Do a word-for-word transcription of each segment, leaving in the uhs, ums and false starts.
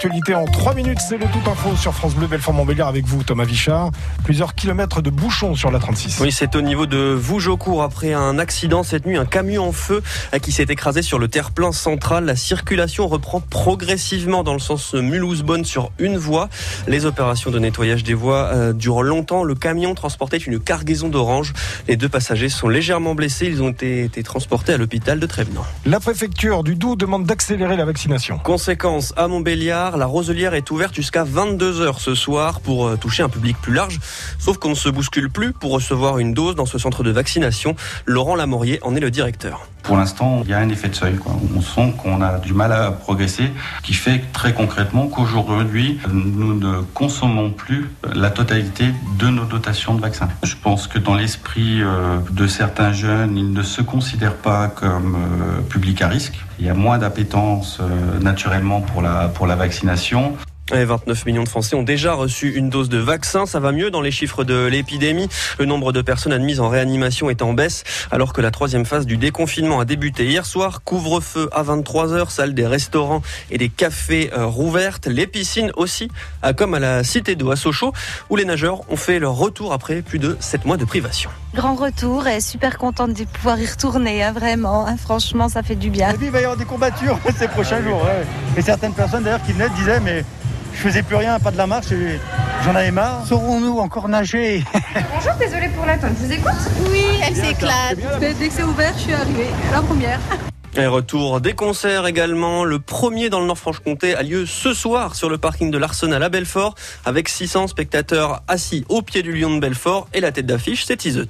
l'actualité en trois minutes, c'est le Tout Info sur France Bleu Belfort-Montbéliard avec vous Thomas Vichard. Plusieurs kilomètres de bouchons sur la trente-six. Oui, c'est au niveau de Vougeaucourt. Après un accident cette nuit, un camion en feu qui s'est écrasé sur le terre-plein central. La circulation reprend progressivement dans le sens Mulhouse-Bonne sur une voie. Les opérations de nettoyage des voies euh, durent longtemps. Le camion transportait une cargaison d'oranges. Les deux passagers sont légèrement blessés. Ils ont été, été transportés à l'hôpital de Trévenans. La préfecture du Doubs demande d'accélérer la vaccination. Conséquence, à Montbéliard, la Roselière est ouverte jusqu'à vingt-deux heures ce soir pour euh, toucher un public plus large. Sauf qu'on ne se bouscule plus pour recevoir une dose dans ce centre de vaccination. Laurent Lamorier en est le directeur. Pour l'instant, il y a un effet de seuil, quoi. On sent qu'on a du mal à progresser, qui fait très concrètement qu'aujourd'hui, nous ne consommons plus la totalité de nos dotations de vaccins. Je pense que dans l'esprit de certains jeunes, ils ne se considèrent pas comme public à risque. Il y a moins d'appétence naturellement pour la, pour la vaccination. Et vingt-neuf millions de Français ont déjà reçu une dose de vaccin. Ça va mieux dans les chiffres de l'épidémie. Le nombre de personnes admises en réanimation est en baisse, alors que la troisième phase du déconfinement a débuté hier soir. Couvre-feu à vingt-trois heures, salle des restaurants et des cafés euh, rouvertes. Les piscines aussi, comme à la Cité d'eau à Sochaux, où les nageurs ont fait leur retour après plus de sept mois de privation. Grand retour et super contente de pouvoir y retourner, hein, vraiment. Hein, franchement, ça fait du bien. Et puis, il va y avoir des courbatures ces prochains jours. Ouais. Et certaines personnes d'ailleurs qui venaient disaient mais je faisais plus rien, pas de la marche, et j'en avais marre. Saurons-nous encore nager? Bonjour, désolée pour l'attente, je vous écoute? Oui, elle s'éclate. Dès que c'est ouvert, je suis arrivée, la première. Et retour des concerts également. Le premier dans le Nord-Franche-Comté a lieu ce soir sur le parking de l'Arsenal à Belfort, avec six cents spectateurs assis au pied du Lion de Belfort, et la tête d'affiche, c'est Iseut.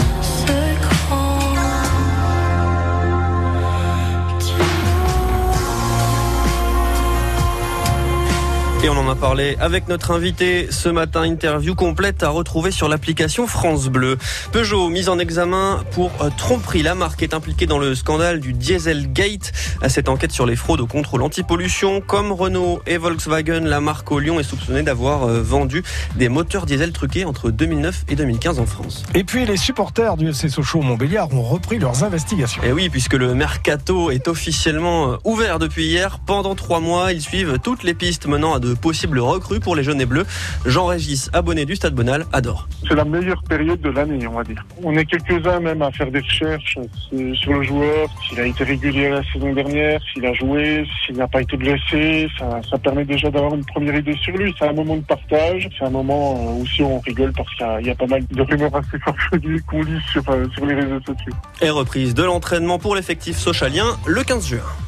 Et on en a parlé avec notre invité ce matin. Interview complète à retrouver sur l'application France Bleu. Peugeot, mise en examen pour euh, tromperie. La marque est impliquée dans le scandale du Dieselgate. À cette enquête sur les fraudes au contrôle anti-pollution. Comme Renault et Volkswagen, la marque au Lyon est soupçonnée d'avoir euh, vendu des moteurs diesel truqués entre deux mille neuf et deux mille quinze en France. Et puis les supporters du F C Sochaux-Montbéliard ont repris leurs investigations. Et oui, puisque le mercato est officiellement ouvert depuis hier. Pendant trois mois, ils suivent toutes les pistes menant à de possibles recrues pour les jaunes et bleus. Jean-Régis, abonné du Stade Bonal, adore. C'est la meilleure période de l'année, on va dire. On est quelques-uns même à faire des recherches sur le joueur, s'il a été régulier la saison dernière, s'il a joué, s'il n'a pas été blessé. Ça, ça permet déjà d'avoir une première idée sur lui. C'est un moment de partage, c'est un moment où aussi on rigole parce qu'il y a, il y a pas mal de rumeurs assez farfelues qu'on lit sur, sur les réseaux sociaux. Et reprise de l'entraînement pour l'effectif sochalien le quinze juin.